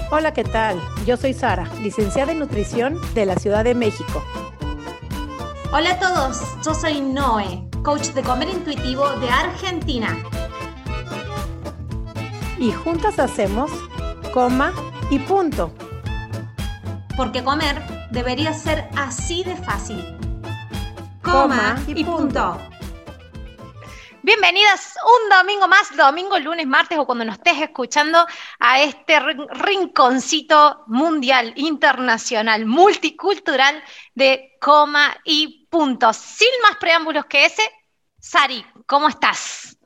Hola, ¿qué tal? Yo soy Sara, licenciada en nutrición de la Ciudad de México. Hola a todos, yo soy Noé, coach de comer intuitivo de Argentina. Y juntas hacemos Coma y Punto. Porque comer debería ser así de fácil. Coma y punto. Bienvenidas un domingo más, domingo, lunes, martes o cuando nos estés escuchando a este rinconcito mundial, internacional, multicultural de Coma y Punto. Sin más preámbulos que ese, Sari, ¿cómo estás?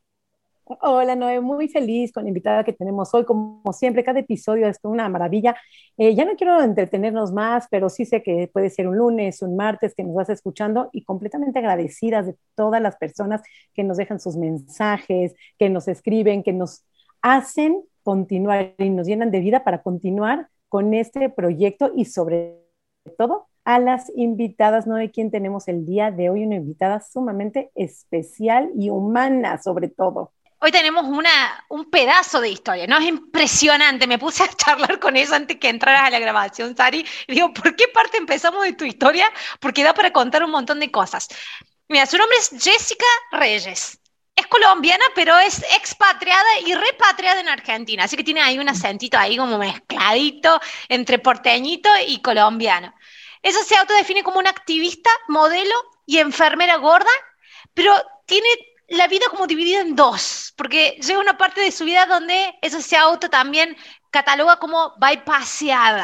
Hola, Noé, muy feliz con la invitada que tenemos hoy. Como siempre, cada episodio es una maravilla. Ya no quiero entretenernos más, pero sí sé que puede ser un lunes, un martes que nos vas escuchando y completamente agradecidas de todas las personas que nos dejan sus mensajes, que nos escriben, que nos hacen continuar y nos llenan de vida para continuar con este proyecto y sobre todo a las invitadas. Noé, ¿quién tenemos el día de hoy? Una invitada sumamente especial y humana sobre todo. Hoy tenemos un pedazo de historia, ¿no? Es impresionante. Me puse a charlar con ella antes que entraras a la grabación, Sari. Y digo, ¿por qué parte empezamos de tu historia? Porque da para contar un montón de cosas. Mira, su nombre es Jessica Reyes. Es colombiana, pero es expatriada y repatriada en Argentina. Así que tiene ahí un acentito ahí como mezcladito entre porteñito y colombiano. Ella se autodefine como una activista, modelo y enfermera gorda, pero tiene la vida como dividida en dos, porque llega una parte de su vida donde eso se auto también cataloga como bypaseada.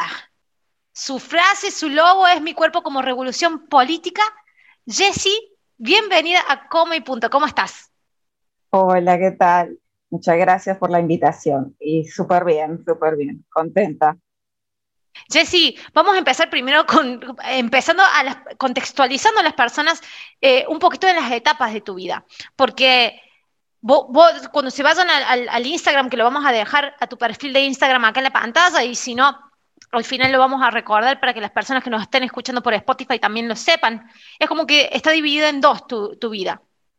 Su frase, su logo es mi cuerpo como revolución política. Jessie, bienvenida a Coma y Punto. ¿Cómo estás? Hola, ¿qué tal? Muchas gracias por la invitación y súper bien, contenta. Jessie, vamos a empezar primero contextualizando a las personas un poquito de las etapas de tu vida, porque vos, cuando se vayan al Instagram, que lo vamos a dejar a tu perfil de Instagram acá en la pantalla, y si no, al final lo vamos a recordar para que las personas que nos estén escuchando por Spotify también lo sepan. Es como que está dividida en dos tu vida.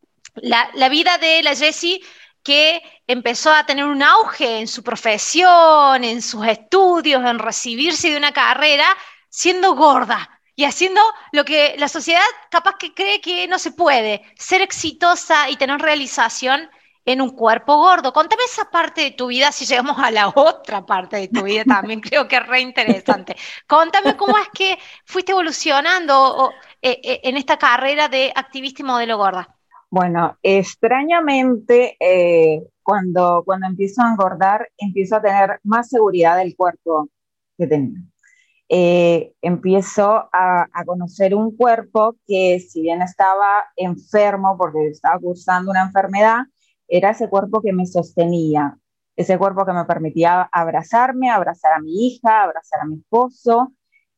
La vida de la Jessie que empezó a tener un auge en su profesión, en sus estudios, en recibirse de una carrera, siendo gorda y haciendo lo que la sociedad capaz que cree que no se puede, ser exitosa y tener realización en un cuerpo gordo. Contame esa parte de tu vida, si llegamos a la otra parte de tu vida también, creo que es re interesante. Contame cómo es que fuiste evolucionando en esta carrera de activista y modelo gorda. Bueno, extrañamente, cuando empiezo a engordar, empiezo a tener más seguridad del cuerpo que tenía. Empiezo a conocer un cuerpo que, si bien estaba enfermo porque estaba cursando una enfermedad, era ese cuerpo que me sostenía, ese cuerpo que me permitía abrazarme, abrazar a mi hija, abrazar a mi esposo,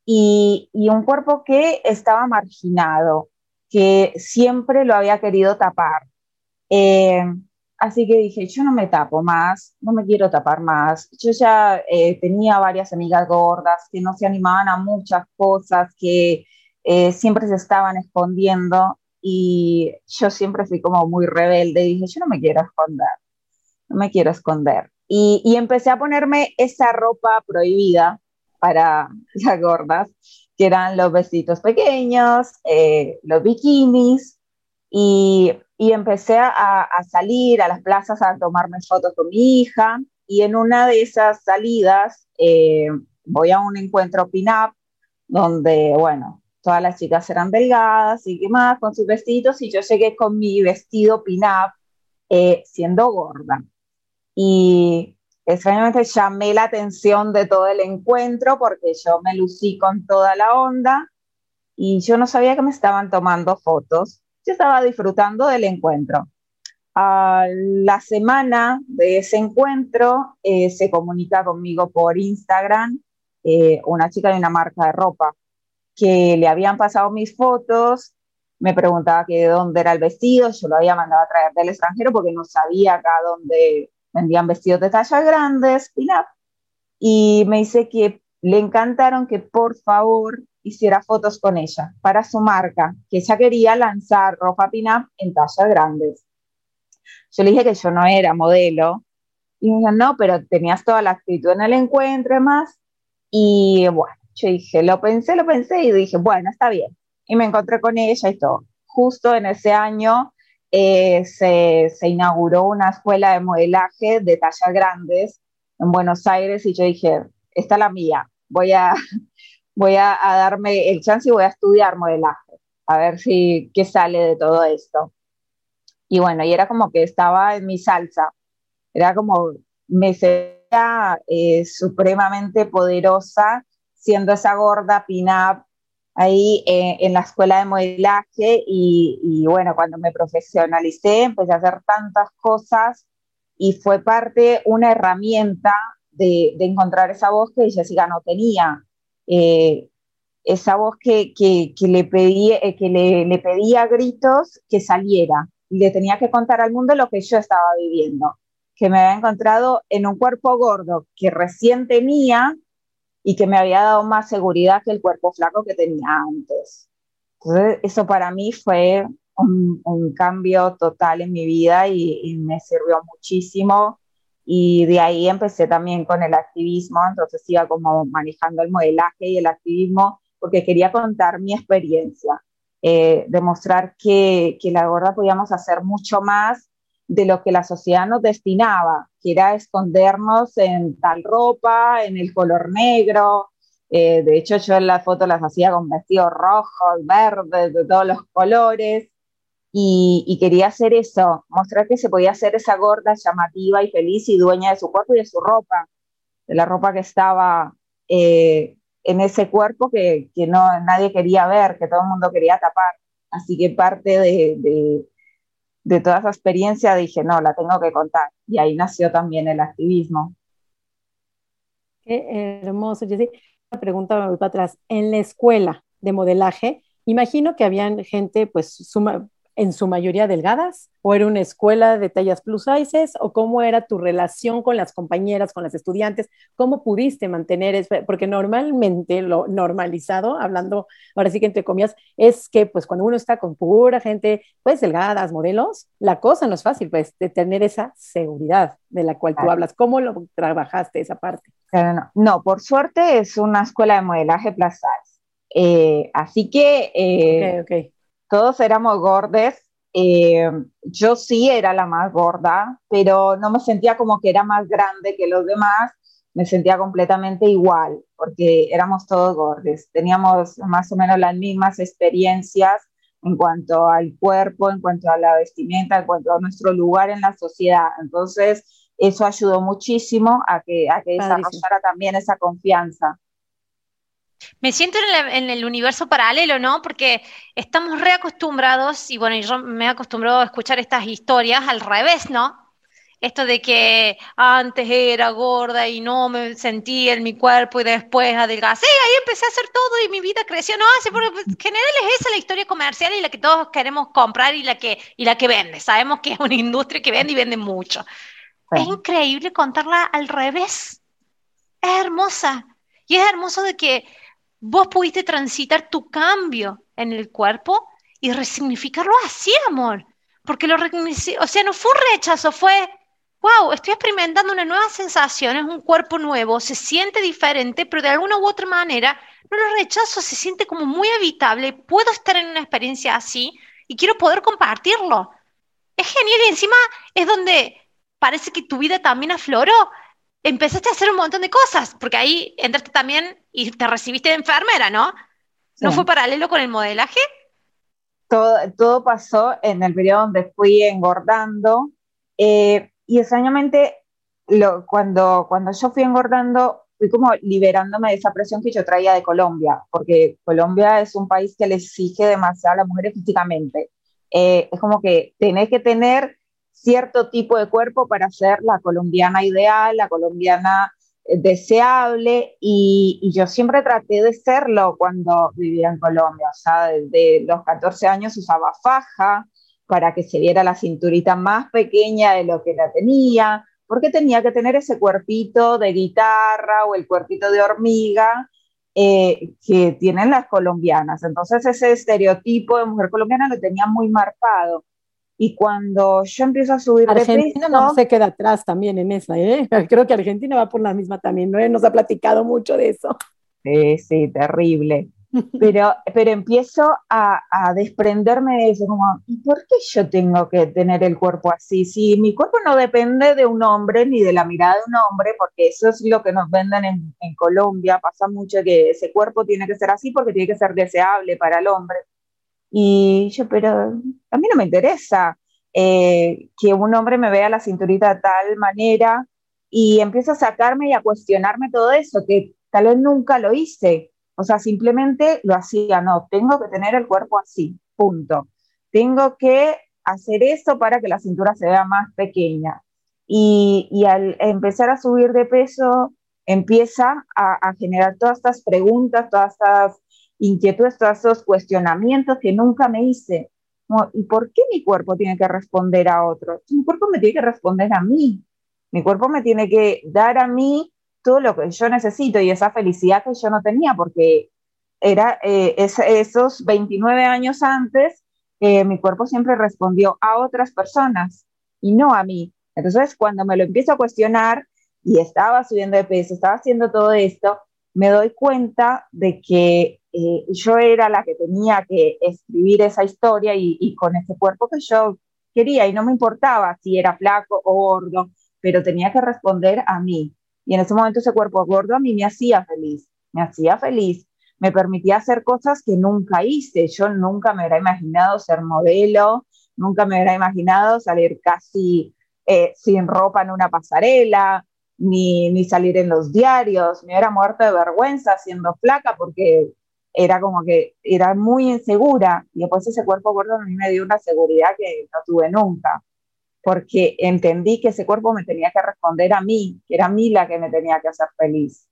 y un cuerpo que estaba marginado, que siempre lo había querido tapar. Eh, Así que dije, yo no me tapo más, no me quiero tapar más. Yo ya tenía varias amigas gordas que no se animaban a muchas cosas, que siempre se estaban escondiendo, y yo siempre fui como muy rebelde y dije, yo no me quiero esconder, no me quiero esconder. Y empecé a ponerme esa ropa prohibida para las gordas, que eran los vestidos pequeños, los bikinis, y empecé a salir a las plazas a tomarme fotos con mi hija, y en una de esas salidas voy a un encuentro pin-up donde, bueno, todas las chicas eran delgadas y qué más, con sus vestidos, y yo llegué con mi vestido pin-up siendo gorda. Y extrañamente llamé la atención de todo el encuentro porque yo me lucí con toda la onda y yo no sabía que me estaban tomando fotos. Yo estaba disfrutando del encuentro. A la semana de ese encuentro se comunica conmigo por Instagram una chica de una marca de ropa que le habían pasado mis fotos, me preguntaba que de dónde era el vestido, yo lo había mandado a traer del extranjero porque no sabía acá dónde vendían vestidos de tallas grandes, pin-up, y me dice que le encantaron, que por favor hiciera fotos con ella para su marca, que ella quería lanzar ropa pin-up en tallas grandes. Yo le dije que yo no era modelo, Y me dijeron, no, pero tenías toda la actitud en el encuentro y más. Y bueno, yo dije, lo pensé y dije, bueno, está bien. Y me encontré con ella y todo. Justo en ese año se inauguró una escuela de modelaje de tallas grandes en Buenos Aires y yo dije, esta es la mía, a darme el chance y voy a estudiar modelaje, a ver si qué sale de todo esto. Y bueno, y era como que estaba en mi salsa, era como me sentía supremamente poderosa siendo esa gorda pin-up ahí en la escuela de modelaje y bueno, cuando me profesionalicé empecé a hacer tantas cosas y fue parte, una herramienta de encontrar esa voz que Jessica no tenía. Eh, esa voz que le pedía, le pedía a gritos que saliera y le tenía que contar al mundo lo que yo estaba viviendo, que me había encontrado en un cuerpo gordo que recién tenía y que me había dado más seguridad que el cuerpo flaco que tenía antes. Entonces, eso para mí fue un cambio total en mi vida y me sirvió muchísimo. Y de ahí empecé también con el activismo, entonces iba como manejando el modelaje y el activismo porque quería contar mi experiencia, demostrar que la gorda podíamos hacer mucho más de lo que la sociedad nos destinaba, que era escondernos en tal ropa, en el color negro. De hecho, yo en la foto las hacía con vestidos rojos, verdes, de todos los colores. Y quería hacer eso, mostrar que se podía hacer esa gorda llamativa y feliz y dueña de su cuerpo y de su ropa, de la ropa que estaba en ese cuerpo que no, nadie quería ver, que todo el mundo quería tapar. Así que parte de toda esa experiencia dije, no, la tengo que contar. Y ahí nació también el activismo. Qué hermoso, Jessy. Una pregunta, me voy para atrás. En la escuela de modelaje, imagino que habían gente, pues, en su mayoría delgadas, o era una escuela de tallas plus sizes, o cómo era tu relación con las compañeras, con las estudiantes, cómo pudiste mantener eso, porque normalmente lo normalizado, hablando ahora sí que entre comillas, es que pues cuando uno está con pura gente, pues delgadas, modelos, la cosa no es fácil, pues, de tener esa seguridad de la cual tú Claro. hablas. ¿Cómo lo trabajaste esa parte? Pero no, no, por suerte es una escuela de modelaje plus size. Así que Ok, ok. todos éramos gordes. Eh, yo sí era la más gorda, pero no me sentía como que era más grande que los demás, me sentía completamente igual, porque éramos todos gordes, teníamos más o menos las mismas experiencias en cuanto al cuerpo, en cuanto a la vestimenta, en cuanto a nuestro lugar en la sociedad. Entonces, eso ayudó muchísimo a que Padrísimo. desarrollara también esa confianza. Me siento en el universo paralelo, ¿no? Porque estamos reacostumbrados, y bueno, y yo me he acostumbrado a escuchar estas historias al revés, ¿no? Esto de que antes era gorda y no me sentía en mi cuerpo y después adelgacé, ahí empecé a hacer todo y mi vida creció. No, sí, pero pues, en general es esa la historia comercial y la que todos queremos comprar y la que vende. Sabemos que es una industria que vende y vende mucho. Es Sí. increíble contarla al revés. Es hermosa. Y es hermoso de que vos pudiste transitar tu cambio en el cuerpo y resignificarlo así, amor. Porque o sea, no fue un rechazo, fue, wow, estoy experimentando una nueva sensación, es un cuerpo nuevo, se siente diferente, pero de alguna u otra manera no lo rechazo, se siente como muy habitable, puedo estar en una experiencia así y quiero poder compartirlo. Es genial y encima es donde parece que tu vida también afloró. Empezaste a hacer un montón de cosas, porque ahí entraste también y te recibiste de enfermera, ¿no? Sí. ¿No fue paralelo con el modelaje? Todo pasó en el periodo donde fui engordando y extrañamente cuando yo fui engordando fui como liberándome de esa presión que yo traía de Colombia, porque Colombia es un país que le exige demasiado a las mujeres físicamente. Es como que tenés que tener cierto tipo de cuerpo para ser la colombiana ideal, la colombiana deseable y yo siempre traté de serlo cuando vivía en Colombia, o sea, desde los 14 años usaba faja para que se viera la cinturita más pequeña de lo que la tenía, porque tenía que tener ese cuerpito de guitarra o el cuerpito de hormiga que tienen las colombianas. Entonces ese estereotipo de mujer colombiana lo tenía muy marcado. Y cuando yo empiezo a subir de Argentina no peso, se queda atrás también en esa, ¿eh? Creo que Argentina va por la misma también, ¿no? Nos ha platicado mucho de eso. sí, terrible. Pero empiezo a desprenderme de eso, como, ¿y por qué yo tengo que tener el cuerpo así? Si mi cuerpo no depende de un hombre ni de la mirada de un hombre, porque eso es lo que nos venden en Colombia, pasa mucho que ese cuerpo tiene que ser así porque tiene que ser deseable para el hombre. Y yo, pero a mí no me interesa que un hombre me vea la cinturita de tal manera y empiezo a sacarme y a cuestionarme todo eso, que tal vez nunca lo hice. O sea, simplemente lo hacía, no, tengo que tener el cuerpo así, punto. Tengo que hacer eso para que la cintura se vea más pequeña. Y al empezar a subir de peso, empieza a generar todas estas preguntas, todas estas inquietudes, todos esos cuestionamientos que nunca me hice. Como, ¿y por qué mi cuerpo tiene que responder a otro? Mi cuerpo me tiene que responder a mí. Mi cuerpo me tiene que dar a mí todo lo que yo necesito y esa felicidad que yo no tenía, porque era esos 29 años antes, mi cuerpo siempre respondió a otras personas y no a mí. Entonces, cuando me lo empiezo a cuestionar y estaba subiendo de peso, estaba haciendo todo esto, me doy cuenta de que yo era la que tenía que escribir esa historia y con ese cuerpo que yo quería y no me importaba si era flaco o gordo, pero tenía que responder a mí. Y en ese momento ese cuerpo gordo a mí me hacía feliz, me permitía hacer cosas que nunca hice. Yo nunca me hubiera imaginado ser modelo, nunca me hubiera imaginado salir casi sin ropa en una pasarela, ni salir en los diarios. Me hubiera muerto de vergüenza siendo flaca porque era como que era muy insegura. Y después ese cuerpo gordo a mí me dio una seguridad que no tuve nunca, porque entendí que ese cuerpo me tenía que responder a mí, que era a mí la que me tenía que hacer feliz.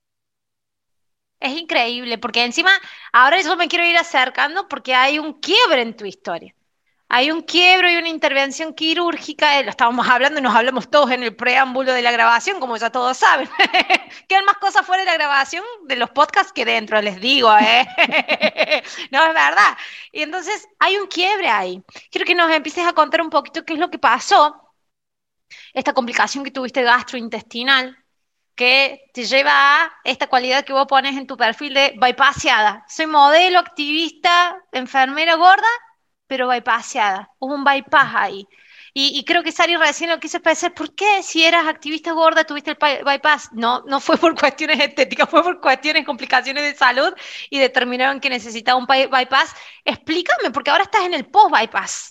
Es increíble, porque encima, ahora yo me quiero ir acercando porque hay un quiebre en tu historia. Hay un quiebro y una intervención quirúrgica, lo estábamos hablando y nos hablamos todos en el preámbulo de la grabación, como ya todos saben. Quedan más cosas fuera de la grabación de los podcasts que dentro, les digo, ¿eh? No, es verdad. Y entonces hay un quiebre ahí. Quiero que nos empieces a contar un poquito qué es lo que pasó, esta complicación que tuviste gastrointestinal, que te lleva a esta cualidad que vos pones en tu perfil de bypaseada. Soy modelo, activista, enfermera gorda, pero bypaseada. Hubo un bypass ahí. Y creo que Sari recién lo quiso expresar. ¿Por qué si eras activista gorda tuviste el bypass? No, no fue por cuestiones estéticas, fue por cuestiones, complicaciones de salud y determinaron que necesitaba un bypass. Explícame, porque ahora estás en el post-bypass.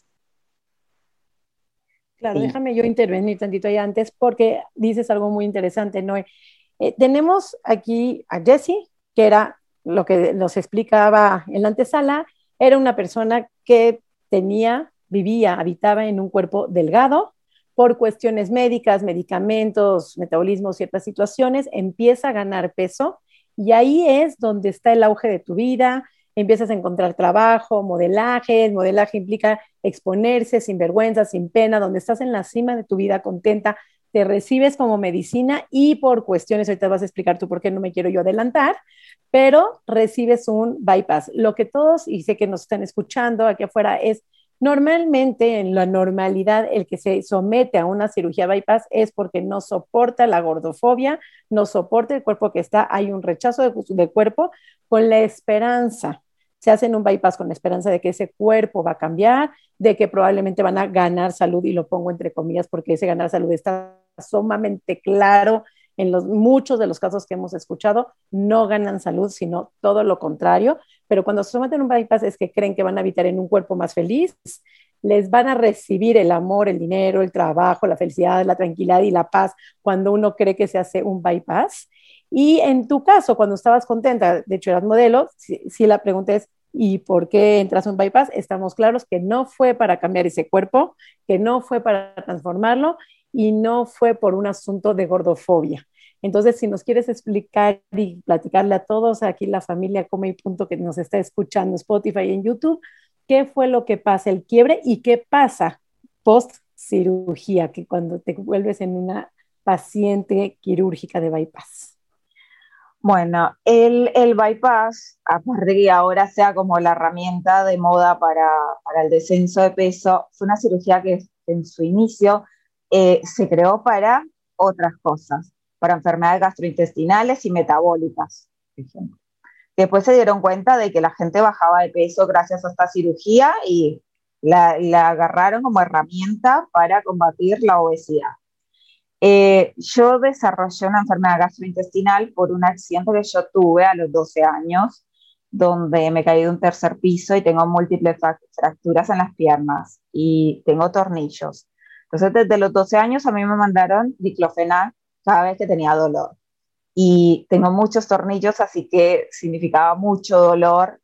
Claro, Sí. déjame yo intervenir tantito ahí antes porque dices algo muy interesante, Noé. Tenemos aquí a Jessie, que era lo que nos explicaba en la antesala, era una persona que vivía, habitaba en un cuerpo delgado por cuestiones médicas, medicamentos, metabolismo, ciertas situaciones, empieza a ganar peso y ahí es donde está el auge de tu vida, empiezas a encontrar trabajo, modelaje, el modelaje implica exponerse sin vergüenza, sin pena, donde estás en la cima de tu vida contenta, te recibes como medicina y por cuestiones, ahorita vas a explicar tú por qué no me quiero yo adelantar, pero recibes un bypass. Lo que todos, y sé que nos están escuchando aquí afuera, es normalmente en la normalidad el que se somete a una cirugía bypass es porque no soporta la gordofobia, no soporta el cuerpo que está, hay un rechazo de cuerpo con la esperanza. Se hacen un bypass con la esperanza de que ese cuerpo va a cambiar, de que probablemente van a ganar salud, y lo pongo entre comillas porque ese ganar salud está sumamente claro en muchos de los casos que hemos escuchado, no ganan salud, sino todo lo contrario, pero cuando se someten a un bypass es que creen que van a habitar en un cuerpo más feliz, les van a recibir el amor, el dinero, el trabajo, la felicidad, la tranquilidad y la paz cuando uno cree que se hace un bypass. Y en tu caso, cuando estabas contenta, de hecho eras modelo, si la pregunta es, ¿y por qué entras a un bypass? Estamos claros que no fue para cambiar ese cuerpo, que no fue para transformarlo y no fue por un asunto de gordofobia. Entonces, si nos quieres explicar y platicarle a todos aquí la familia Come y Punto que nos está escuchando Spotify y en YouTube, ¿qué fue lo que pasa, el quiebre y qué pasa post cirugía, que cuando te vuelves en una paciente quirúrgica de bypass? Bueno, el bypass, aparte que ahora sea como la herramienta de moda para el descenso de peso, fue una cirugía que en su inicio se creó para otras cosas, para enfermedades gastrointestinales y metabólicas, por ejemplo. Después se dieron cuenta de que la gente bajaba de peso gracias a esta cirugía y la agarraron como herramienta para combatir la obesidad. Yo desarrollé una enfermedad gastrointestinal por un accidente que yo tuve a los 12 años, donde me caí de un tercer piso y tengo múltiples fracturas en las piernas y tengo tornillos. Entonces, desde los 12 años a mí me mandaron diclofenac cada vez que tenía dolor. Y tengo muchos tornillos, así que significaba mucho dolor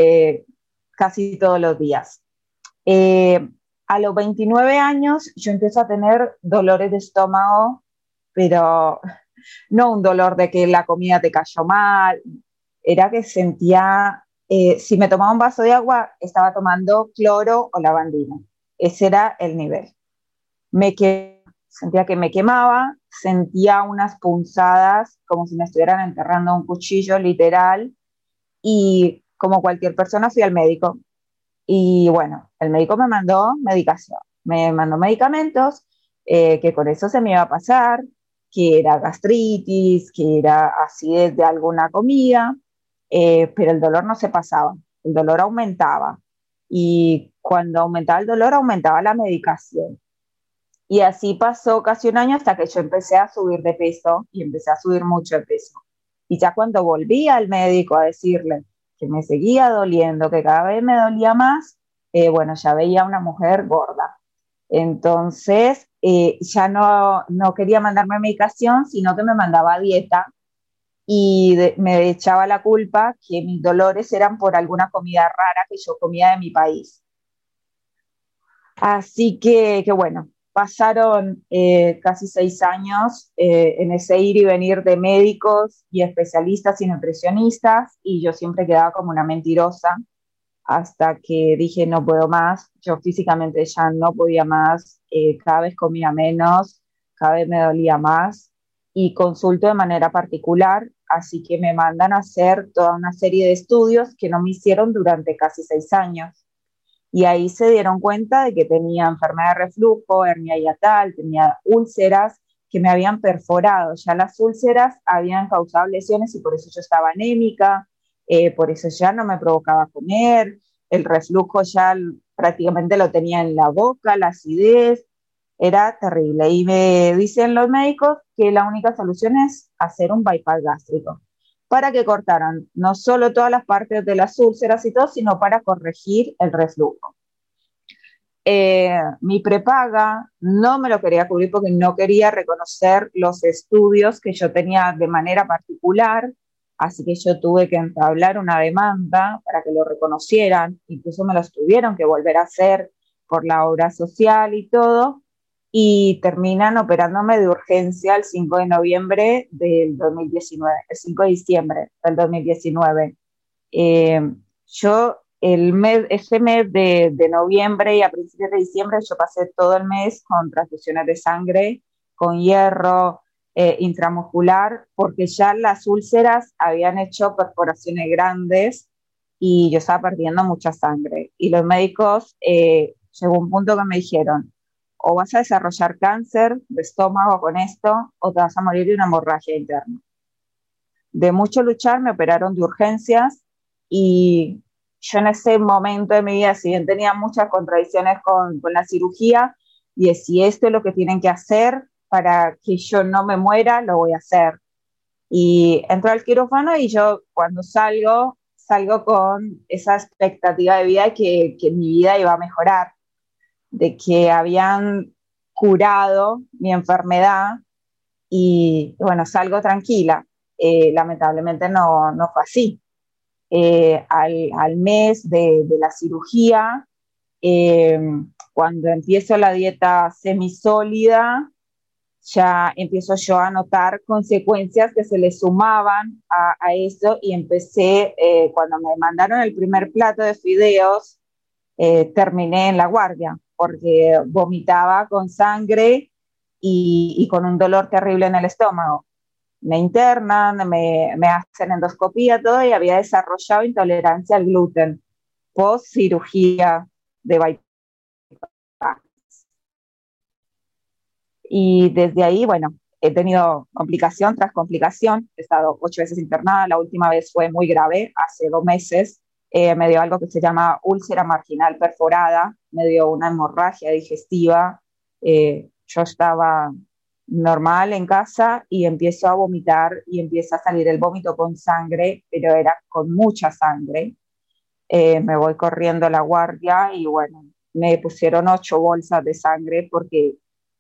casi todos los días. Eh, a los 29 años yo empiezo a tener dolores de estómago, pero no un dolor de que la comida te cayó mal, era que sentía, si me tomaba un vaso de agua, estaba tomando cloro o lavandina. Ese era el nivel. Sentía que me quemaba, sentía unas punzadas como si me estuvieran enterrando un cuchillo literal y como cualquier persona fui al médico. Y bueno, el médico me mandó medicación, me mandó medicamentos, que con eso se me iba a pasar, que era gastritis, que era acidez de alguna comida, pero el dolor no se pasaba, el dolor aumentaba. Y cuando aumentaba el dolor, aumentaba la medicación. Y así pasó casi un año hasta que yo empecé a subir de peso y empecé a subir mucho de peso. Y ya cuando volví al médico a decirle que me seguía doliendo, que cada vez me dolía más, bueno, ya veía una mujer gorda. Entonces, ya no quería mandarme medicación, sino que me mandaba dieta y me echaba la culpa que mis dolores eran por alguna comida rara que yo comía de mi país. Así que bueno, pasaron casi 6 años en ese ir y venir de médicos y especialistas y nutricionistas, y yo siempre quedaba como una mentirosa hasta que dije no puedo más, yo físicamente ya no podía más, cada vez comía menos, cada vez me dolía más y consulto de manera particular, así que me mandan a hacer toda una serie de estudios que no me hicieron durante casi 6 años. Y ahí se dieron cuenta de que tenía enfermedad de reflujo, hernia hiatal, tenía úlceras que me habían perforado. Ya las úlceras habían causado lesiones y por eso yo estaba anémica, por eso ya no me provocaba comer, el reflujo ya prácticamente lo tenía en la boca, la acidez, era terrible. Y me dicen los médicos que la única solución es hacer un bypass gástrico para que cortaran no solo todas las partes de las úlceras y todo, sino para corregir el reflujo. Mi prepaga no me lo quería cubrir porque no quería reconocer los estudios que yo tenía de manera particular, así que yo tuve que entablar una demanda para que lo reconocieran, incluso me los tuvieron que volver a hacer por la obra social y todo, y terminan operándome de urgencia el 5 de noviembre del 2019, el 5 de diciembre del 2019. Yo ese mes de noviembre y a principios de diciembre yo pasé todo el mes con transfusiones de sangre, con hierro intramuscular, porque ya las úlceras habían hecho perforaciones grandes y yo estaba perdiendo mucha sangre. Y los médicos llegó un punto que me dijeron, o vas a desarrollar cáncer de estómago con esto, o te vas a morir de una hemorragia interna. De mucho luchar me operaron de urgencias y yo en ese momento de mi vida, si bien tenía muchas contradicciones con la cirugía, y si esto es lo que tienen que hacer para que yo no me muera, lo voy a hacer. Y entro al quirófano y yo cuando salgo con esa expectativa de vida que mi vida iba a mejorar, de que habían curado mi enfermedad y bueno, salgo tranquila. Lamentablemente no fue así. Al mes de la cirugía, cuando empiezo la dieta semisólida, ya empiezo yo a notar consecuencias que se le sumaban a eso y empecé, cuando me mandaron el primer plato de fideos, terminé en la guardia porque vomitaba con sangre y con un dolor terrible en el estómago. me internan, me hacen endoscopía, todo, y había desarrollado intolerancia al gluten post cirugía de bypass. Y desde ahí, bueno, he tenido complicación tras complicación, he estado 8 veces internada, la última vez fue muy grave, hace 2 meses, me dio algo que se llama úlcera marginal perforada, me dio una hemorragia digestiva, yo estaba normal en casa y empiezo a vomitar y empieza a salir el vómito con sangre, pero era con mucha sangre. Me voy corriendo a la guardia y bueno, me pusieron 8 bolsas de sangre porque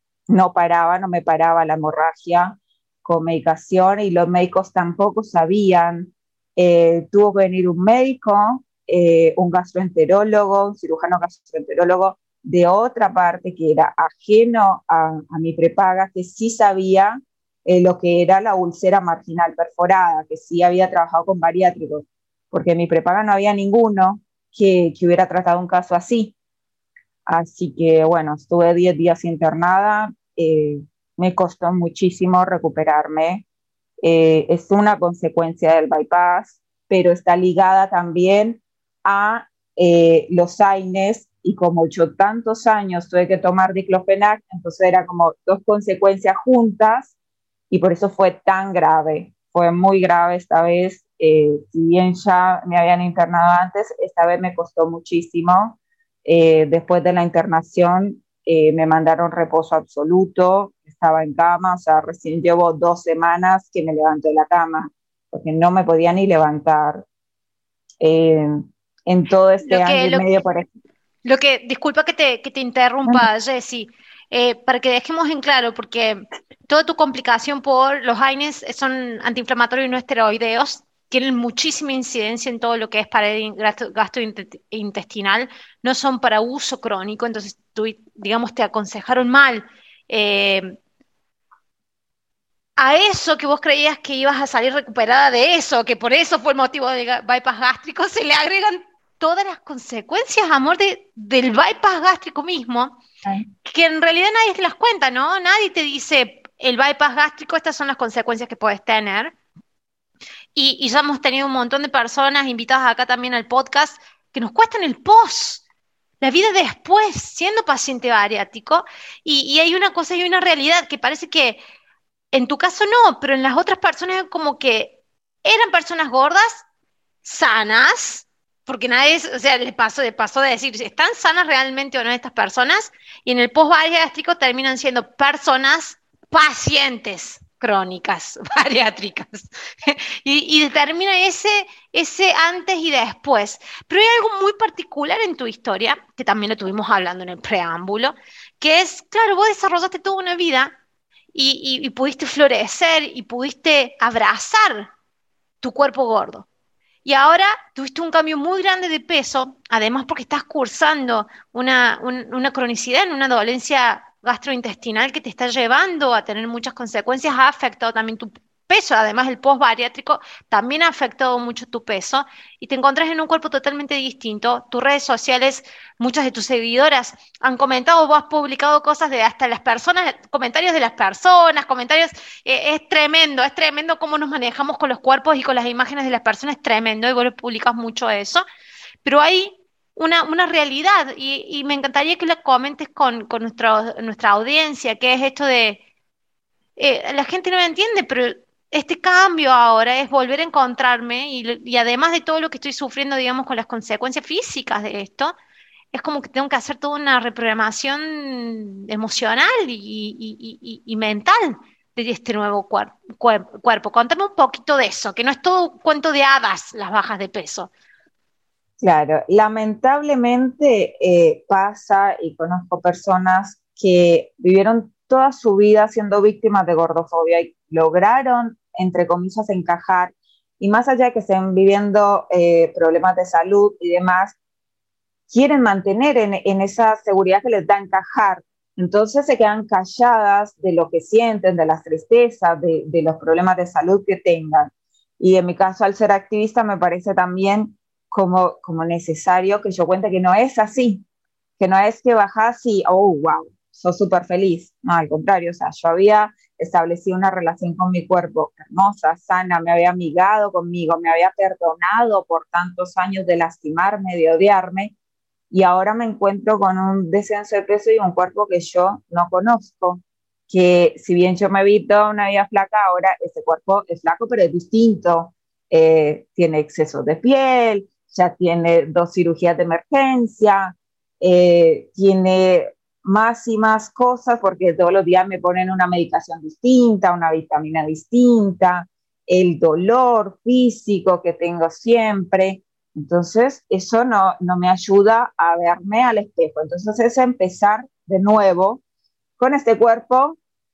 no me paraba la hemorragia con medicación y los médicos tampoco sabían. Tuvo que venir un médico, un gastroenterólogo, un cirujano gastroenterólogo de otra parte que era ajeno a mi prepaga, que sí sabía lo que era la úlcera marginal perforada, que sí había trabajado con bariátricos, porque en mi prepaga no había ninguno que hubiera tratado un caso así. Así que bueno, estuve 10 días internada, me costó muchísimo recuperarme. Es una consecuencia del bypass, pero está ligada también a los AINES, y como yo tantos años tuve que tomar diclofenac, entonces era como 2 consecuencias juntas y por eso fue tan grave. Fue muy grave esta vez, si bien ya me habían internado antes, esta vez me costó muchísimo. Después de la internación me mandaron reposo absoluto, estaba en cama, o sea, recién llevo 2 semanas que me levanto de la cama, porque no me podía ni levantar. Eh, en todo este año y medio, por ejemplo. Disculpa que te interrumpa, Jessy, para que dejemos en claro, porque toda tu complicación por los AINES son antiinflamatorios y no esteroideos, tienen muchísima incidencia en todo lo que es pared gastrointestinal, no son para uso crónico, entonces tú, digamos, te aconsejaron mal. Eh, a eso que vos creías que ibas a salir recuperada de eso, que por eso fue el motivo del bypass gástrico, se le agregan todas las consecuencias, amor, del bypass gástrico mismo, que en realidad nadie te las cuenta, ¿no? Nadie te dice el bypass gástrico, estas son las consecuencias que puedes tener. Y ya hemos tenido un montón de personas invitadas acá también al podcast que nos cuestan el post, la vida después, siendo paciente bariátrico. Y hay una cosa y una realidad que parece que en tu caso no, pero en las otras personas como que eran personas gordas, sanas, porque nadie, o sea, le pasó de decir, ¿están sanas realmente o no estas personas? Y en el post-bariátrico terminan siendo personas pacientes crónicas, bariátricas. Y determina ese antes y después. Pero hay algo muy particular en tu historia, que también lo estuvimos hablando en el preámbulo, que es, claro, vos desarrollaste toda una vida y pudiste florecer y pudiste abrazar tu cuerpo gordo. Y ahora tuviste un cambio muy grande de peso, además porque estás cursando una cronicidad, en una dolencia gastrointestinal que te está llevando a tener muchas consecuencias, ha afectado también tu peso, además el post-bariátrico también ha afectado mucho tu peso y te encontrás en un cuerpo totalmente distinto. Tus redes sociales, muchas de tus seguidoras han comentado, vos has publicado cosas de hasta las personas, comentarios de las personas, comentarios, es tremendo cómo nos manejamos con los cuerpos y con las imágenes de las personas, es tremendo y vos lo publicas mucho eso, pero hay una realidad y me encantaría que la comentes con nuestra audiencia, que es esto de, la gente no lo entiende, pero este cambio ahora es volver a encontrarme y además de todo lo que estoy sufriendo, digamos, con las consecuencias físicas de esto, es como que tengo que hacer toda una reprogramación emocional y mental de este nuevo cuerpo. Contame un poquito de eso, que no es todo cuento de hadas las bajas de peso. Claro, lamentablemente pasa, y conozco personas que vivieron toda su vida siendo víctimas de gordofobia y lograron, entre comillas, encajar, y más allá de que estén viviendo problemas de salud y demás, quieren mantener en esa seguridad que les da encajar. Entonces se quedan calladas de lo que sienten, de las tristezas, de los problemas de salud que tengan. Y en mi caso, al ser activista, me parece también como necesario que yo cuente que no es así, que no es que bajás y, oh, wow, sos súper feliz. No, al contrario, o sea, yo había establecí una relación con mi cuerpo hermosa, sana, me había amigado conmigo, me había perdonado por tantos años de lastimarme, de odiarme, y ahora me encuentro con un descenso de peso y un cuerpo que yo no conozco, que si bien yo me vi toda una vida flaca, ahora ese cuerpo es flaco, pero es distinto. Tiene exceso de piel, ya tiene 2 cirugías de emergencia, tiene más y más cosas porque todos los días me ponen una medicación distinta, una vitamina distinta, el dolor físico que tengo siempre. Entonces, eso no me ayuda a verme al espejo. Entonces, es empezar de nuevo con este cuerpo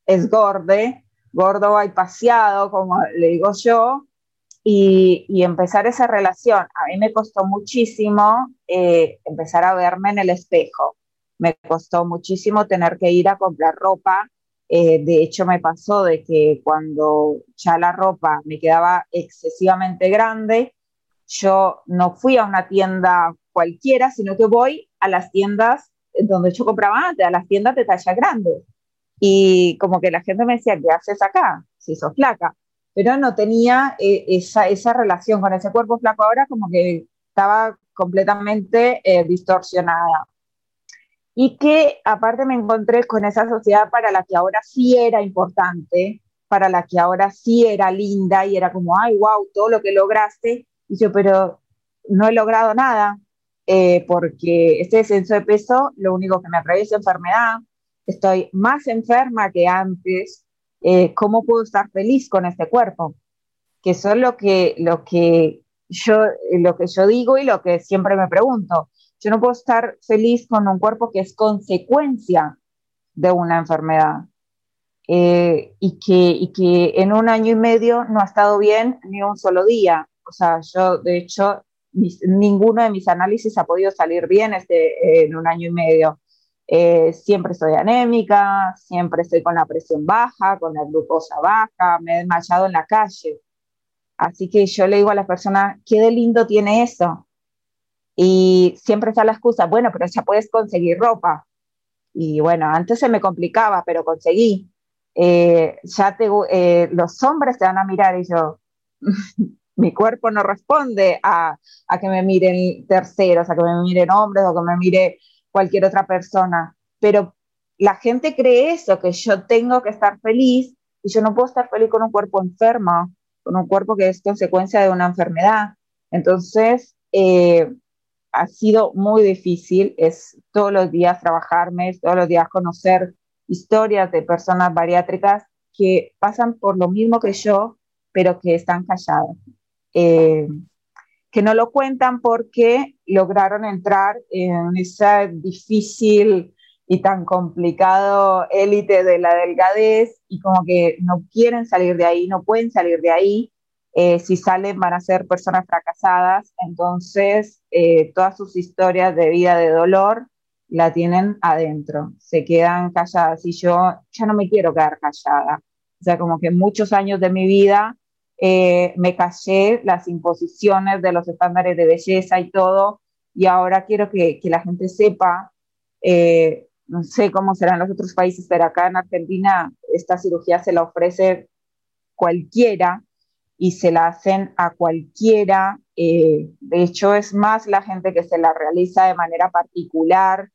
gordo y paseado, como le digo yo, y empezar esa relación. A mí me costó muchísimo empezar a verme en el espejo. Me costó muchísimo tener que ir a comprar ropa. De hecho, me pasó de que cuando ya la ropa me quedaba excesivamente grande, yo no fui a una tienda cualquiera, sino que voy a las tiendas donde yo compraba antes, a las tiendas de talla grande. Y como que la gente me decía, ¿qué haces acá? Si sos flaca. Pero no tenía esa relación con ese cuerpo flaco ahora, como que estaba completamente distorsionada. Y que aparte me encontré con esa sociedad para la que ahora sí era importante, para la que ahora sí era linda y era como, ay, wow, todo lo que lograste. Y yo, pero no he logrado nada, porque este descenso de peso, lo único que me atrae es enfermedad, estoy más enferma que antes, ¿cómo puedo estar feliz con este cuerpo? Que eso es lo que yo digo y lo que siempre me pregunto. Yo no puedo estar feliz con un cuerpo que es consecuencia de una enfermedad, y que en un año y medio no ha estado bien ni un solo día. O sea, yo de hecho ninguno de mis análisis ha podido salir bien en un año y medio. Siempre estoy anémica, siempre estoy con la presión baja, con la glucosa baja, me he desmayado en la calle. Así que yo le digo a las personas, ¿qué de lindo tiene eso? Y siempre está la excusa, bueno, pero ya puedes conseguir ropa. Y bueno, antes se me complicaba, pero conseguí. Los hombres te van a mirar y yo, mi cuerpo no responde a que me miren terceros, a que me miren hombres o que me mire cualquier otra persona. Pero la gente cree eso, que yo tengo que estar feliz y yo no puedo estar feliz con un cuerpo enfermo, con un cuerpo que es consecuencia de una enfermedad. Entonces, ha sido muy difícil, es todos los días trabajarme, todos los días conocer historias de personas bariátricas que pasan por lo mismo que yo, pero que están calladas, eh, que no lo cuentan porque lograron entrar en esa difícil y tan complicado élite de la delgadez y como que no quieren salir de ahí, no pueden salir de ahí. Si salen van a ser personas fracasadas, entonces todas sus historias de vida de dolor la tienen adentro, se quedan calladas y yo ya no me quiero quedar callada. O sea, como que muchos años de mi vida me callé las imposiciones de los estándares de belleza y todo, y ahora quiero que la gente sepa, no sé cómo será en los otros países, pero acá en Argentina esta cirugía se la ofrece cualquiera y se la hacen a cualquiera. De hecho, es más la gente que se la realiza de manera particular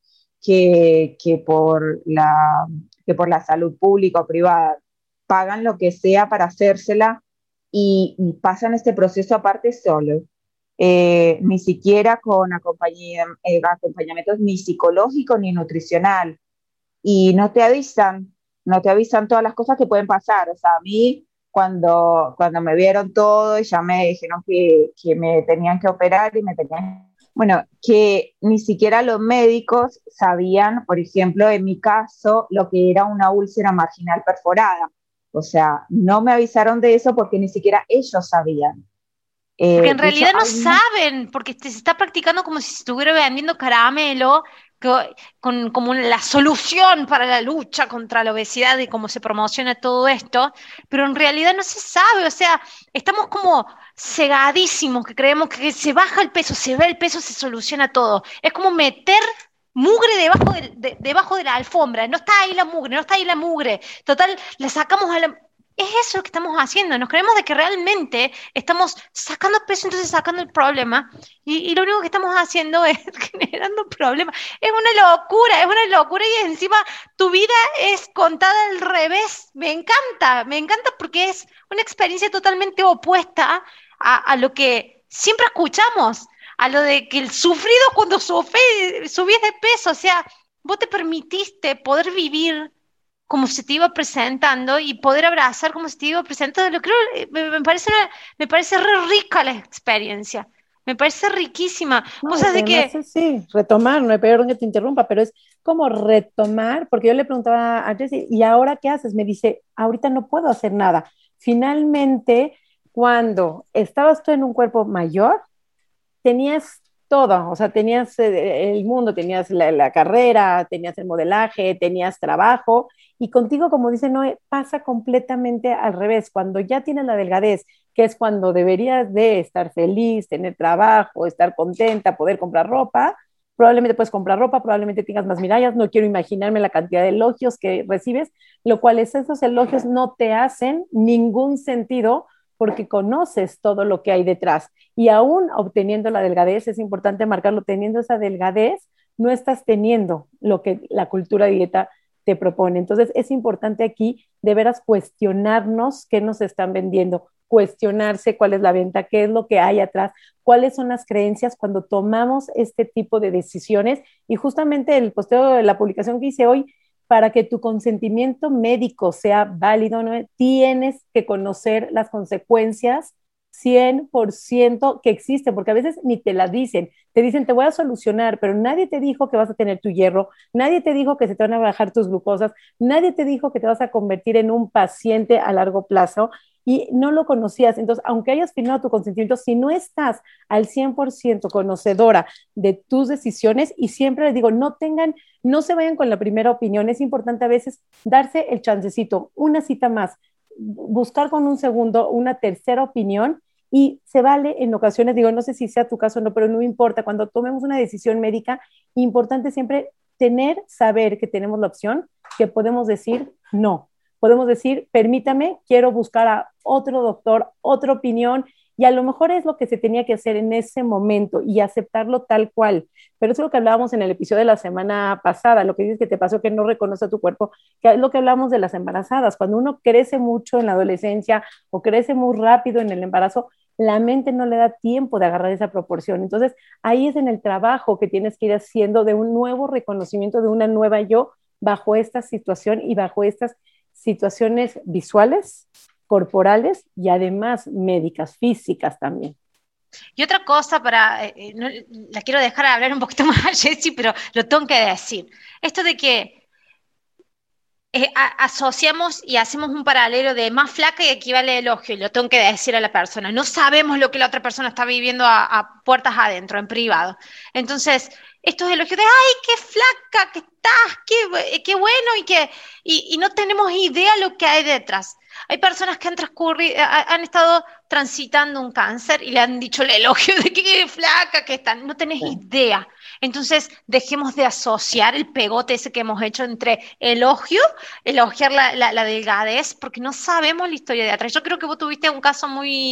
que por la salud pública o privada. Pagan lo que sea para hacérsela y pasan este proceso aparte solo. Ni siquiera con acompañamientos ni psicológico ni nutricional. Y no te avisan todas las cosas que pueden pasar. O sea, a mí cuando me vieron todo y ya me dijeron que me tenían que operar y me tenían... Bueno, que ni siquiera los médicos sabían, por ejemplo, en mi caso, lo que era una úlcera marginal perforada. O sea, no me avisaron de eso porque ni siquiera ellos sabían. Porque en De hecho, realidad no saben, porque se está practicando como si se estuviera vendiendo caramelo como la solución para la lucha contra la obesidad y cómo se promociona todo esto, pero en realidad no se sabe, o sea, estamos como cegadísimos que creemos que se baja el peso, se ve el peso, se soluciona todo. Es como meter mugre debajo de la alfombra, no está ahí la mugre, no está ahí la mugre, total, la sacamos a la... Es eso lo que estamos haciendo, nos creemos de que realmente estamos sacando peso, entonces sacando el problema, y lo único que estamos haciendo es generando problemas. Es una locura, y encima tu vida es contada al revés. Me encanta porque es una experiencia totalmente opuesta a lo que siempre escuchamos, a lo de que el sufrido cuando subís de peso, o sea, vos te permitiste poder vivir como se te iba presentando y poder abrazar como se te iba presentando. Lo creo, me parece re rica la experiencia, me parece riquísima. No, Vos y sabés de además que, sí, retomar, no hay perdón que te interrumpa, pero es como retomar, porque yo le preguntaba a Jessie, ¿y ahora qué haces? Me dice, ahorita no puedo hacer nada. Finalmente, cuando estabas tú en un cuerpo mayor, tenías todo, o sea, tenías el mundo, tenías la carrera, tenías el modelaje, tenías trabajo, y contigo, como dice Noé, pasa completamente al revés. Cuando ya tienes la delgadez, que es cuando deberías de estar feliz, tener trabajo, estar contenta, poder comprar ropa, probablemente puedes comprar ropa, probablemente tengas más medallas, no quiero imaginarme la cantidad de elogios que recibes, lo cual es esos elogios no te hacen ningún sentido porque conoces todo lo que hay detrás. Y aún obteniendo la delgadez, es importante marcarlo, teniendo esa delgadez, no estás teniendo lo que la cultura dieta te propone. Entonces es importante aquí de veras cuestionarnos qué nos están vendiendo, cuestionarse cuál es la venta, qué es lo que hay atrás, cuáles son las creencias cuando tomamos este tipo de decisiones. Y justamente el posteo de la publicación que hice hoy, para que tu consentimiento médico sea válido, ¿no? Tienes que conocer las consecuencias 100% que existen, porque a veces ni te las dicen, te dicen te voy a solucionar, pero nadie te dijo que vas a tener tu hierro, nadie te dijo que se te van a bajar tus glucosas, nadie te dijo que te vas a convertir en un paciente a largo plazo y no lo conocías. Entonces, aunque hayas firmado tu consentimiento, si no estás al 100% conocedora de tus decisiones, y siempre les digo, no se vayan con la primera opinión, es importante a veces darse el chancecito, una cita más, buscar con un segundo, una tercera opinión, y se vale en ocasiones, digo, no sé si sea tu caso o no, pero no importa, cuando tomemos una decisión médica, importante siempre saber que tenemos la opción, que podemos decir no, podemos decir, permítame, quiero buscar a otro doctor, otra opinión, y a lo mejor es lo que se tenía que hacer en ese momento y aceptarlo tal cual. Pero eso es lo que hablábamos en el episodio de la semana pasada, lo que dices que te pasó que no reconoce a tu cuerpo, que es lo que hablamos de las embarazadas. Cuando uno crece mucho en la adolescencia o crece muy rápido en el embarazo, la mente no le da tiempo de agarrar esa proporción. Entonces, ahí es en el trabajo que tienes que ir haciendo de un nuevo reconocimiento, de una nueva yo, bajo esta situación y bajo estas situaciones visuales, corporales y además médicas, físicas también. y otra cosa la quiero dejar hablar un poquito más a Jessie, pero lo tengo que decir, esto de que asociamos y hacemos un paralelo de más flaca y equivale a elogio, y lo tengo que decir a la persona. No sabemos lo que la otra persona está viviendo a puertas adentro, en privado. Entonces, estos elogios de, ay, qué flaca que estás, qué bueno, y no tenemos idea lo que hay detrás. Hay personas que han estado transitando un cáncer y le han dicho el elogio de que flaca que están. No tenés idea. Entonces, dejemos de asociar el pegote ese que hemos hecho entre elogiar la delgadez, porque no sabemos la historia de atrás. Yo creo que vos tuviste un caso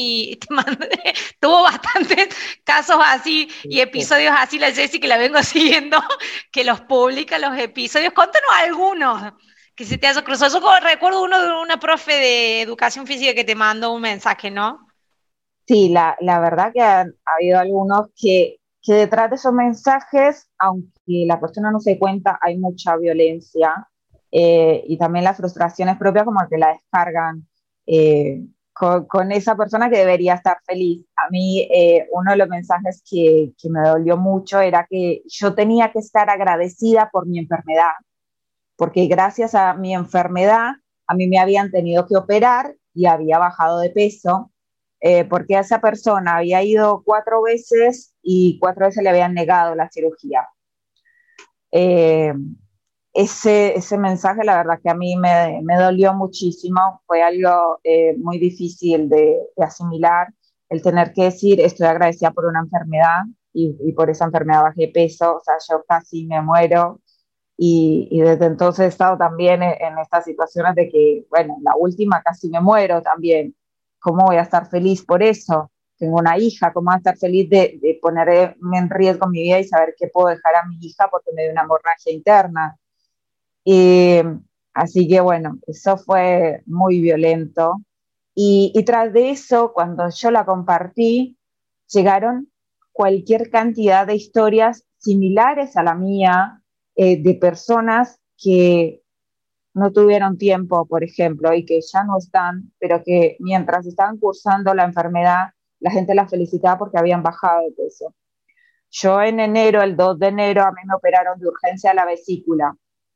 tuvo bastantes casos así y episodios así, la Jessie, que la vengo siguiendo, que los publica los episodios. Contanos algunos que se te haya cruzado. Yo recuerdo uno de una profe de educación física que te mandó un mensaje, ¿no? Sí, la verdad que ha habido algunos que detrás de esos mensajes, aunque la persona no se cuenta, hay mucha violencia y también las frustraciones propias como que la descargan con esa persona que debería estar feliz. A mí uno de los mensajes que me dolió mucho era que yo tenía que estar agradecida por mi enfermedad, porque gracias a mi enfermedad a mí me habían tenido que operar y había bajado de peso, porque a esa persona había ido 4 veces y 4 veces le habían negado la cirugía. Eh, ese mensaje, la verdad que a mí me dolió muchísimo, fue algo muy difícil de asimilar, el tener que decir estoy agradecida por una enfermedad, y por esa enfermedad bajé peso, o sea, yo casi me muero y desde entonces he estado también en estas situaciones de que, bueno, la última casi me muero también. ¿Cómo voy a estar feliz por eso? Tengo una hija, ¿cómo voy a estar feliz de ponerme en riesgo mi vida y saber que puedo dejar a mi hija porque me dio una hemorragia interna? Y, así que bueno, eso fue muy violento. Y tras de eso, cuando yo la compartí, llegaron cualquier cantidad de historias similares a la mía, de personas que no tuvieron tiempo, por ejemplo, y que ya no están, pero que mientras estaban cursando la enfermedad, la gente las felicitaba porque habían bajado de peso. Yo en enero, el 2 de enero, a mí me operaron de urgencia la vesícula,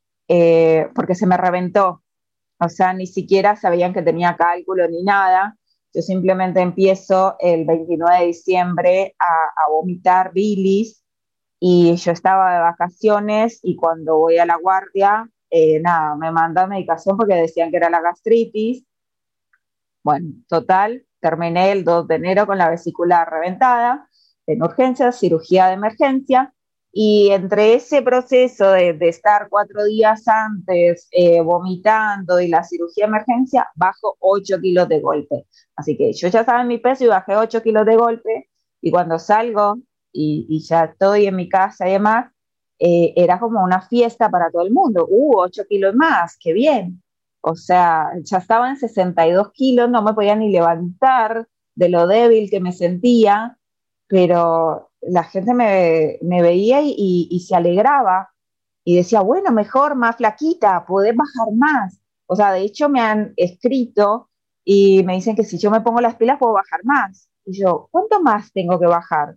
porque se me reventó. O sea, ni siquiera sabían que tenía cálculo ni nada. Yo simplemente empiezo el 29 de diciembre a vomitar bilis y yo estaba de vacaciones y cuando voy a la guardia, nada, me mandan medicación porque decían que era la gastritis. Bueno, total, terminé el 2 de enero con la vesícula reventada, en urgencias, cirugía de emergencia, y entre ese proceso de estar 4 días antes vomitando y la cirugía de emergencia, bajo 8 kilos de golpe. Así que yo ya estaba en mi peso y bajé 8 kilos de golpe, y cuando salgo y ya estoy en mi casa y demás, era como una fiesta para todo el mundo. 8 kilos más, qué bien. O sea, ya estaba en 62 kilos, no me podía ni levantar de lo débil que me sentía, pero la gente me veía y se alegraba y decía, bueno, mejor, más flaquita, podés bajar más. O sea, de hecho me han escrito y me dicen que si yo me pongo las pilas puedo bajar más. Y yo, ¿cuánto más tengo que bajar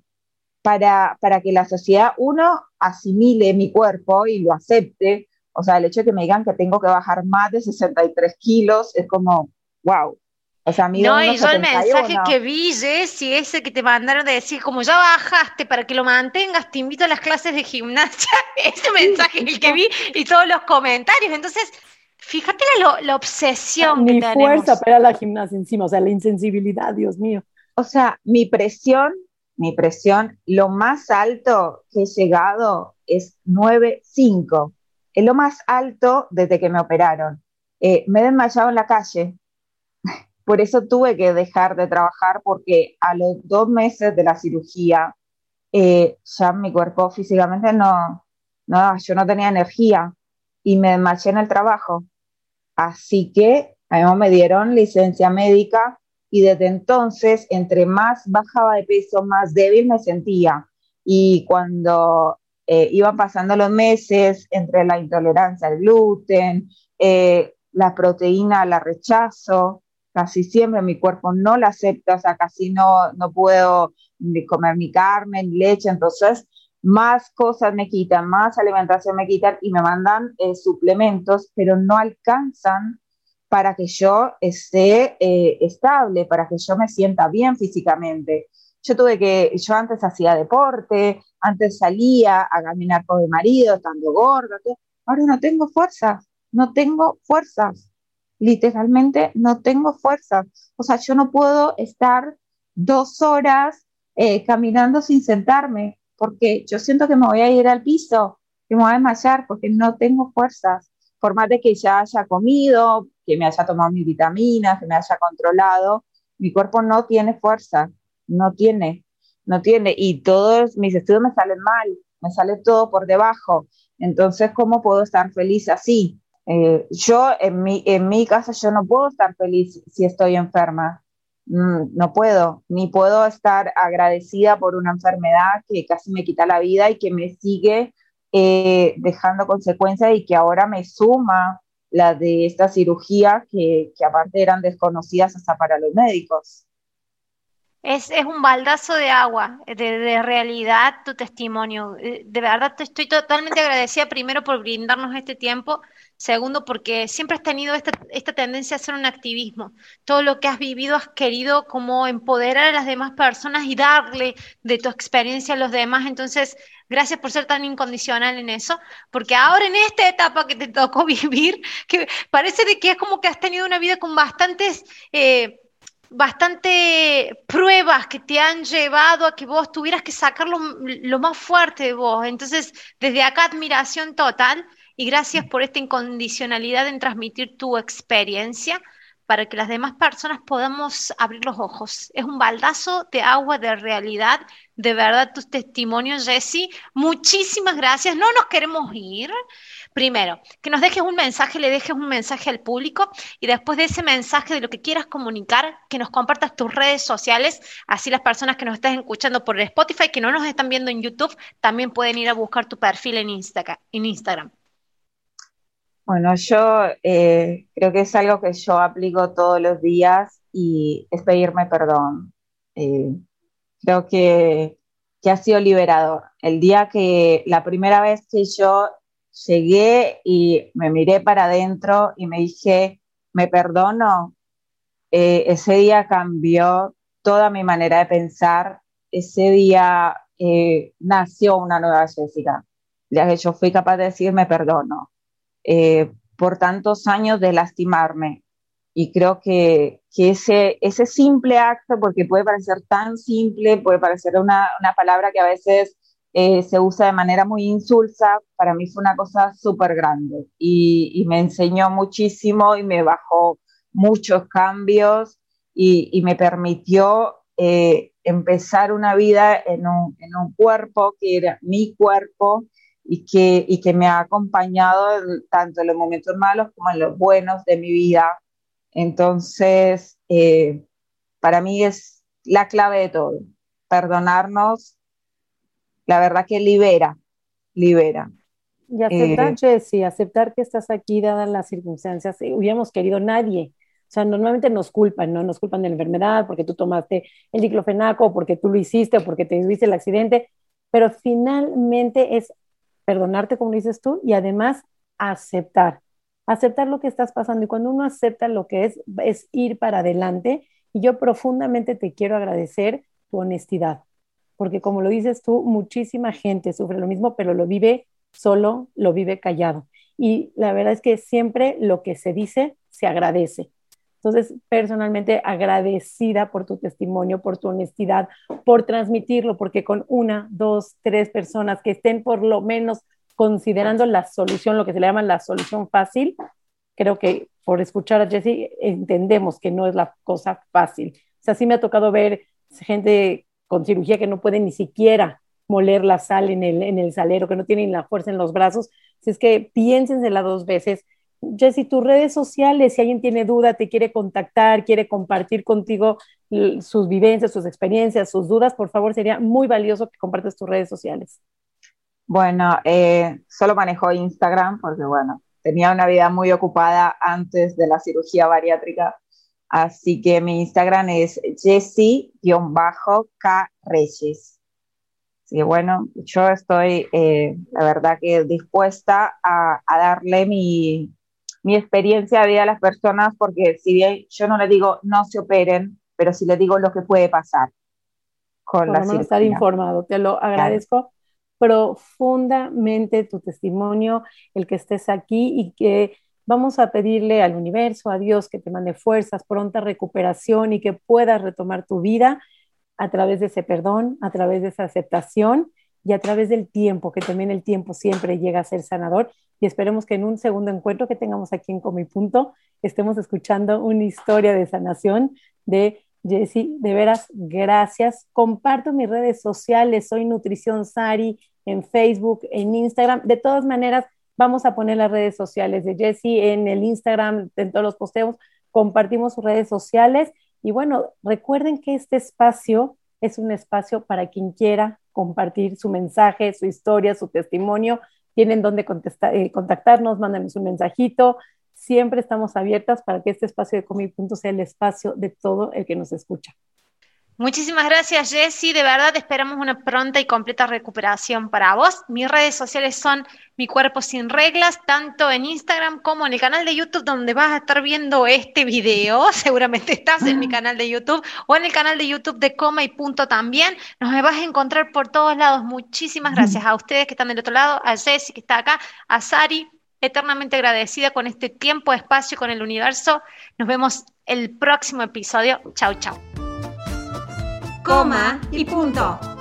para que la sociedad, uno, asimile mi cuerpo y lo acepte? O sea, el hecho de que me digan que tengo que bajar más de 63 kilos es como, wow. O sea, mido No, y unos yo el mensaje 71. que vi, Jessy, ese que te mandaron de decir, como ya bajaste, para que lo mantengas, te invito a las clases de gimnasia. Ese mensaje el que vi y todos los comentarios. Entonces, fíjate la obsesión que Ni fuerza tenemos. para la gimnasia encima, o sea, la insensibilidad, Dios mío. O sea, mi presión, lo más alto que he llegado es 9,5. Es lo más alto desde que me operaron. Me he desmayado en la calle. Por eso tuve que dejar de trabajar porque a los 2 meses de la cirugía, ya mi cuerpo físicamente no, yo no tenía energía y me desmayé en el trabajo. Así que a mí me dieron licencia médica y desde entonces, entre más bajaba de peso, más débil me sentía. Y cuando iban pasando los meses, entre la intolerancia al gluten, la proteína la rechazo, casi siempre mi cuerpo no la acepta, o sea, casi no puedo ni comer ni carne, ni leche, entonces más cosas me quitan, más alimentación me quitan y me mandan suplementos, pero no alcanzan para que yo esté estable, para que yo me sienta bien físicamente. Yo antes hacía deporte, antes salía a caminar con mi marido, estando gorda, ahora no tengo fuerzas, no tengo fuerzas, literalmente no tengo fuerzas. O sea, yo no puedo estar 2 horas caminando sin sentarme, porque yo siento que me voy a ir al piso, que me voy a desmayar, porque no tengo fuerzas. Por más de que ya haya comido, que me haya tomado mis vitaminas, que me haya controlado, mi cuerpo no tiene fuerza, no tiene, no tiene. Y todos mis estudios me salen mal, me sale todo por debajo. Entonces, ¿cómo puedo estar feliz así? Yo en mi casa yo no puedo estar feliz si estoy enferma. No puedo, ni puedo estar agradecida por una enfermedad que casi me quita la vida y que me sigue dejando consecuencias y que ahora me suma la de esta cirugía que aparte eran desconocidas hasta para los médicos. Es un baldazo de agua, de realidad tu testimonio. De verdad te estoy totalmente agradecida, primero por brindarnos este tiempo, segundo porque siempre has tenido esta tendencia a hacer un activismo. Todo lo que has vivido has querido como empoderar a las demás personas y darle de tu experiencia a los demás. Entonces, gracias por ser tan incondicional en eso, porque ahora en esta etapa que te tocó vivir, que parece de que es como que has tenido una vida con bastantes bastante pruebas que te han llevado a que vos tuvieras que sacar lo más fuerte de vos. Entonces, desde acá, admiración total y gracias por esta incondicionalidad en transmitir tu experiencia para que las demás personas podamos abrir los ojos. Es un baldazo de agua de realidad, de verdad, tus testimonios, Jessy. Muchísimas gracias. No nos queremos ir. Primero, que nos dejes un mensaje, le dejes un mensaje al público y después de ese mensaje de lo que quieras comunicar, que nos compartas tus redes sociales, así las personas que nos estén escuchando por Spotify, que no nos están viendo en YouTube, también pueden ir a buscar tu perfil en Instagram. Bueno, yo creo que es algo que yo aplico todos los días y es pedirme perdón. Eh, Creo que ha sido liberador. El día que, la primera vez que yo llegué y me miré para adentro y me dije, me perdono, ese día cambió toda mi manera de pensar. Ese día nació una nueva Jessica. El día que yo fui capaz de decir, me perdono por tantos años de lastimarme. Y creo que ese simple acto, porque puede parecer tan simple, puede parecer una palabra que a veces se usa de manera muy insulsa, para mí fue una cosa súper grande y me enseñó muchísimo y me bajó muchos cambios y me permitió empezar una vida en un cuerpo que era mi cuerpo y que me ha acompañado tanto en los momentos malos como en los buenos de mi vida. Entonces, para mí es la clave de todo. Perdonarnos, la verdad que libera, libera. Y aceptar, Eh, Jessy, aceptar que estás aquí dadas las circunstancias. Hubiéramos querido nadie. O sea, normalmente nos culpan, ¿no? Nos culpan de la enfermedad, porque tú tomaste el diclofenaco, porque tú lo hiciste, o porque te tuviste el accidente. Pero finalmente es perdonarte, como dices tú, y además aceptar. Aceptar lo que estás pasando. Y cuando uno acepta lo que es ir para adelante. Y yo profundamente te quiero agradecer tu honestidad. Porque como lo dices tú, muchísima gente sufre lo mismo, pero lo vive solo, lo vive callado. Y la verdad es que siempre lo que se dice se agradece. Entonces, personalmente agradecida por tu testimonio, por tu honestidad, por transmitirlo, porque con una, dos, tres personas que estén por lo menos considerando la solución, lo que se le llama la solución fácil, creo que por escuchar a Jessy entendemos que no es la cosa fácil. O sea, sí me ha tocado ver gente con cirugía que no puede ni siquiera moler la sal en el salero, que no tienen la fuerza en los brazos. Si es que piénsensela dos veces. Jessy, tus redes sociales, si alguien tiene duda, te quiere contactar, quiere compartir contigo sus vivencias, sus experiencias, sus dudas, por favor, sería muy valioso que compartas tus redes sociales. bueno, solo manejo Instagram porque, bueno, tenía una vida muy ocupada antes de la cirugía bariátrica. Así que mi Instagram es Jessie-K Reyes. Así que bueno, yo estoy, la verdad que dispuesta a darle mi experiencia de vida a las personas, porque si bien yo no les digo no se operen, pero sí les digo lo que puede pasar con Por la lo menos estar cirugía. informado. Te lo Claro. agradezco profundamente tu testimonio, el que estés aquí y que vamos a pedirle al universo, a Dios, que te mande fuerzas, pronta recuperación y que puedas retomar tu vida a través de ese perdón, a través de esa aceptación y a través del tiempo, que también el tiempo siempre llega a ser sanador. Y esperemos que en un segundo encuentro que tengamos aquí en Comipunto estemos escuchando una historia de sanación de Jessy. De veras, gracias. Comparto mis redes sociales, soy Nutrición Sari en Facebook, en Instagram. De todas maneras, vamos a poner las redes sociales de Jessy en el Instagram, en todos los posteos, compartimos sus redes sociales. Y bueno, recuerden que este espacio es un espacio para quien quiera compartir su mensaje, su historia, su testimonio. Tienen donde contactarnos, mándanos un mensajito. Siempre estamos abiertas para que este espacio de Comi Punto sea el espacio de todo el que nos escucha. Muchísimas gracias, Jessy. De verdad esperamos una pronta y completa recuperación para vos. Mis redes sociales son Mi Cuerpo Sin Reglas, tanto en Instagram como en el canal de YouTube donde vas a estar viendo este video. Seguramente estás en mi canal de YouTube o en el canal de YouTube de Coma y Punto también. Nos vas a encontrar por todos lados. Muchísimas gracias a ustedes que están del otro lado, a Jessy que está acá, a Sari, eternamente agradecida con este tiempo, espacio, con el universo. Nos vemos el próximo episodio. Chau, chau. Coma y punto.